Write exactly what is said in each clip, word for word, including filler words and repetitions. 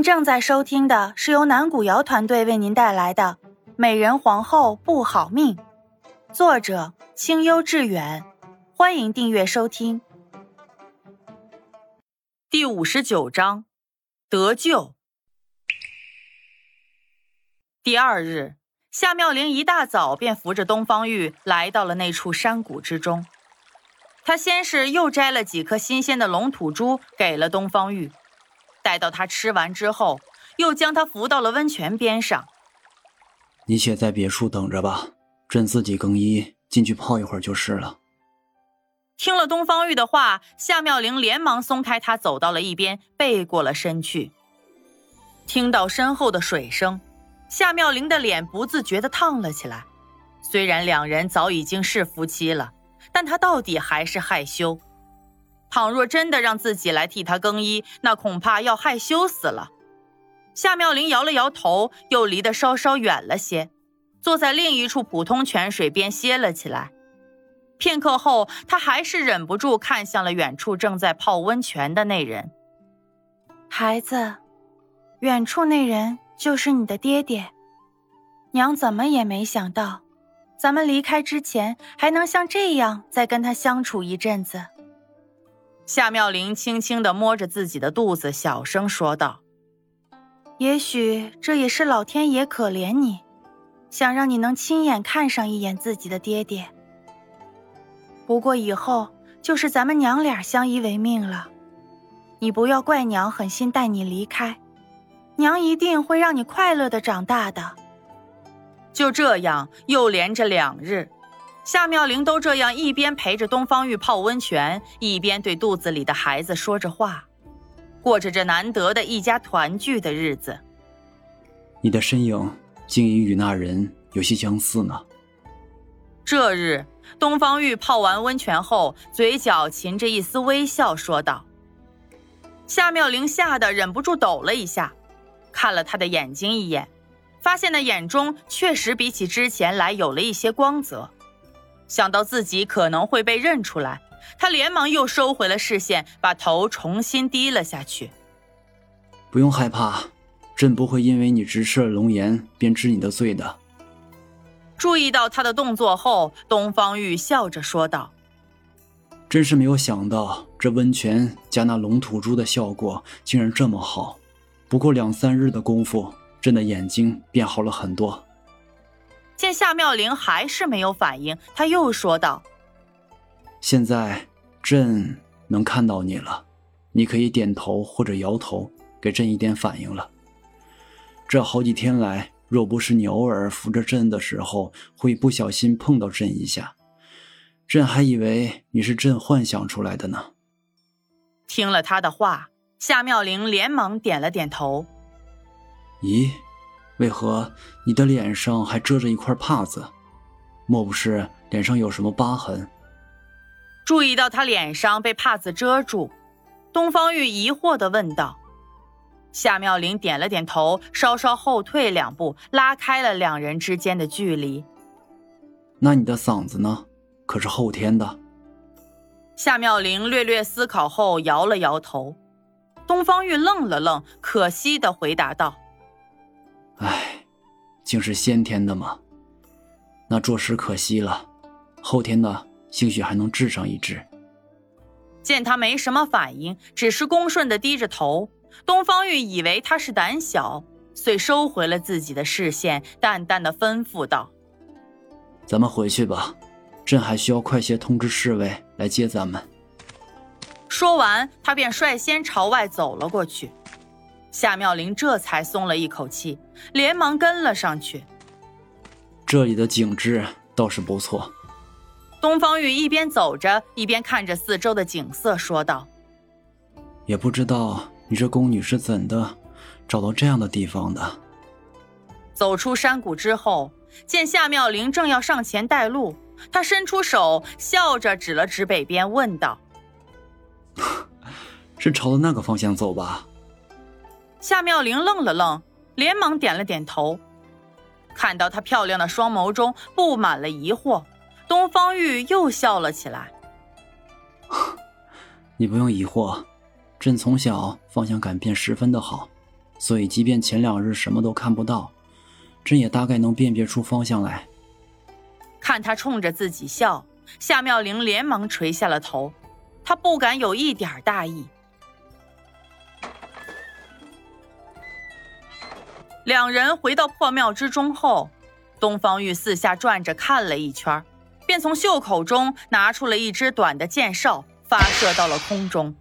您正在收听的是由南古瑶团队为您带来的《美人皇后不好命》，作者清幽致远，欢迎订阅收听。第五十九章，得救。第二日，夏妙玲一大早便扶着东方玉来到了那处山谷之中。她先是又摘了几颗新鲜的龙吐珠给了东方玉，待到他吃完之后，又将他扶到了温泉边上。 你且在别处等着吧，朕自己更衣进去泡一会儿就是了。 听了东方玉的话，夏妙玲连忙松开他，走到了一边，背过了身去。听到身后的水声，夏妙玲的脸不自觉地烫了起来。虽然两人早已经是夫妻了，但她到底还是害羞。倘若真的让自己来替她更衣，那恐怕要害羞死了。夏妙玲摇了摇头，又离得稍稍远了些，坐在另一处普通泉水边歇了起来。片刻后，她还是忍不住看向了远处正在泡温泉的那人。孩子，远处那人就是你的爹爹。娘怎么也没想到，咱们离开之前还能像这样再跟他相处一阵子。夏妙玲轻轻地摸着自己的肚子，小声说道：也许这也是老天爷可怜你，想让你能亲眼看上一眼自己的爹爹。不过以后就是咱们娘俩相依为命了，你不要怪娘狠心带你离开，娘一定会让你快乐地长大的。就这样又连着两日，夏妙玲都这样一边陪着东方玉泡温泉，一边对肚子里的孩子说着话，过着这难得的一家团聚的日子。 你的身影竟已与那人有些相似呢。 这日，东方玉泡完温泉后，嘴角噙着一丝微笑，说道。夏妙玲吓得忍不住抖了一下，看了他的眼睛一眼，发现那眼中确实比起之前来有了一些光泽。想到自己可能会被认出来，他连忙又收回了视线，把头重新低了下去。 不用害怕，朕不会因为你直视了龙颜便治你的罪的。 注意到他的动作后，东方玉笑着说道： 真是没有想到，这温泉加那龙吐珠的效果竟然这么好。不过两三日的功夫，朕的眼睛变好了很多。 见夏妙玲还是没有反应，他又说道： 现在朕能看到你了，你可以点头或者摇头，给朕一点反应了。这好几天来，若不是你偶尔扶着朕的时候会不小心碰到朕一下，朕还以为你是朕幻想出来的呢。 听了他的话，夏妙玲连忙点了点头。 咦，为何你的脸上还遮着一块帕子？莫不是脸上有什么疤痕？ 注意到他脸上被帕子遮住，东方玉疑惑地问道。夏妙玲点了点头，稍稍后退两步，拉开了两人之间的距离。 那你的嗓子呢？可是后天的。 夏妙玲略略思考后摇了摇头。东方玉愣了愣，可惜地回答道： 唉，竟是先天的吗？那着实可惜了，后天的兴许还能治上一治。 见他没什么反应，只是恭顺地低着头，东方玉以为他是胆小，遂收回了自己的视线，淡淡地吩咐道： 咱们回去吧，朕还需要快些通知侍卫来接咱们。 说完，他便率先朝外走了过去。夏妙玲这才松了一口气，连忙跟了上去。 这里的景致倒是不错。 东方玉一边走着，一边看着四周的景色，说道： 也不知道你这宫女是怎的找到这样的地方的。 走出山谷之后，见夏妙玲正要上前带路，他伸出手，笑着指了指北边，问道： 是朝着那个方向走吧？ 夏妙玲愣了愣，连忙点了点头。看到她漂亮的双眸中布满了疑惑，东方玉又笑了起来。 你不用疑惑，朕从小方向感便十分的好， 所以即便前两日什么都看不到，朕也大概能辨别出方向来。 看他冲着自己笑，夏妙玲连忙垂下了头，她不敢有一点大意。两人回到破庙之中后，东方玉四下转着看了一圈，便从袖口中拿出了一支短的箭哨，发射到了空中。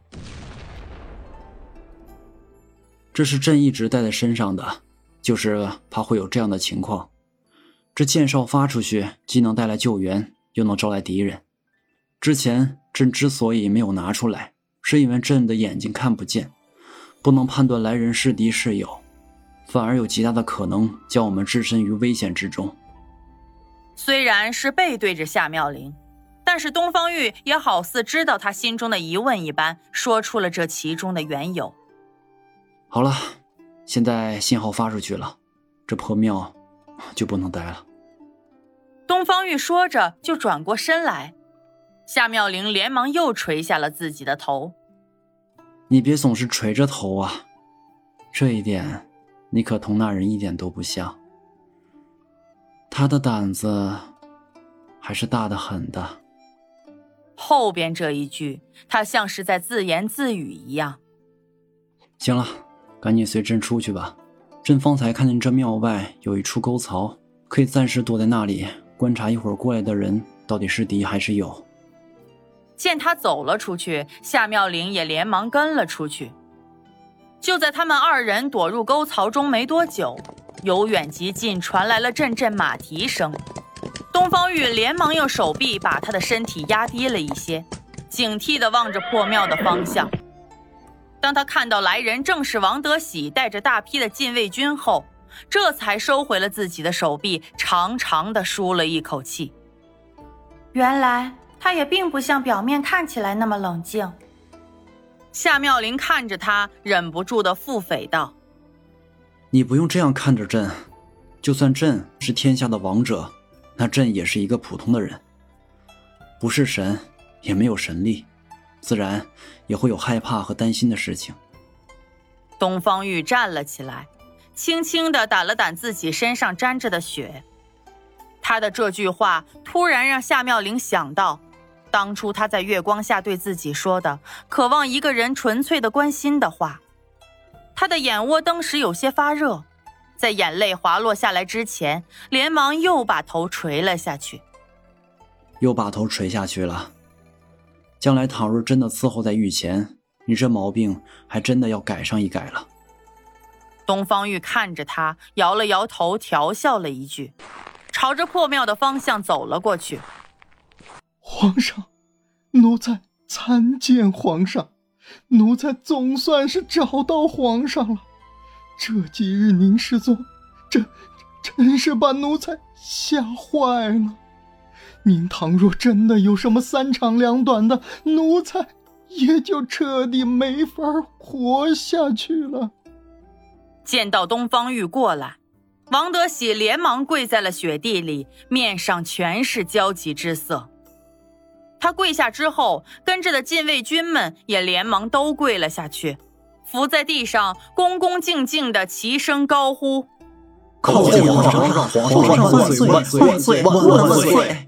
这是朕一直带在身上的，就是怕会有这样的情况。这箭哨发出去，既能带来救援，又能招来敌人。之前朕之所以没有拿出来，是因为朕的眼睛看不见，不能判断来人是敌是友，反而有极大的可能将我们置身于危险之中。 虽然是背对着夏妙玲，但是东方玉也好似知道他心中的疑问一般，说出了这其中的缘由。 好了，现在信号发出去了，这破庙就不能待了。 东方玉说着就转过身来，夏妙玲连忙又垂下了自己的头。 你别总是垂着头啊，这一点你可同那人一点都不像。他的胆子还是大得很的。 后边这一句他像是在自言自语一样。 行了，赶紧随朕出去吧。朕方才看见这庙外有一处沟槽，可以暂时躲在那里观察一会儿过来的人到底是敌还是友。 见他走了出去，夏妙玲也连忙跟了出去。就在他们二人躲入沟槽中没多久，由远及近传来了阵阵马蹄声。东方玉连忙用手臂把他的身体压低了一些，警惕地望着破庙的方向。当他看到来人正是王德喜带着大批的禁卫军后，这才收回了自己的手臂，长长地舒了一口气。 原来他也并不像表面看起来那么冷静。 夏妙玲看着他，忍不住地腹诽道： 你不用这样看着朕，就算朕是天下的王者，那朕也是一个普通的人，不是神，也没有神力，自然也会有害怕和担心的事情。 东方玉站了起来，轻轻地掸了掸自己身上沾着的血。他的这句话突然让夏妙玲想到当初他在月光下对自己说的渴望一个人纯粹的关心的话。他的眼窝当时有些发热，在眼泪滑落下来之前，连忙又把头垂了下去。 又把头垂下去了。将来倘若真的伺候在御前，你这毛病还真的要改上一改了。 东方玉看着他，摇了摇头，调笑了一句，朝着破庙的方向走了过去。 皇上，奴才参见皇上，奴才总算是找到皇上了。这几日您失踪，真真是把奴才吓坏了。您倘若真的有什么三长两短的，奴才也就彻底没法活下去了。 见到东方玉过来，王德喜连忙跪在了雪地里，面上全是焦急之色。他跪下之后，跟着的禁卫军们也连忙都跪了下去，伏在地上，恭恭敬敬地齐声高呼： 叩见皇上，皇上万岁万岁万岁万岁！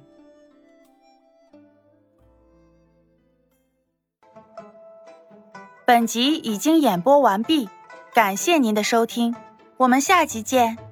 本集已经演播完毕，感谢您的收听，我们下集见。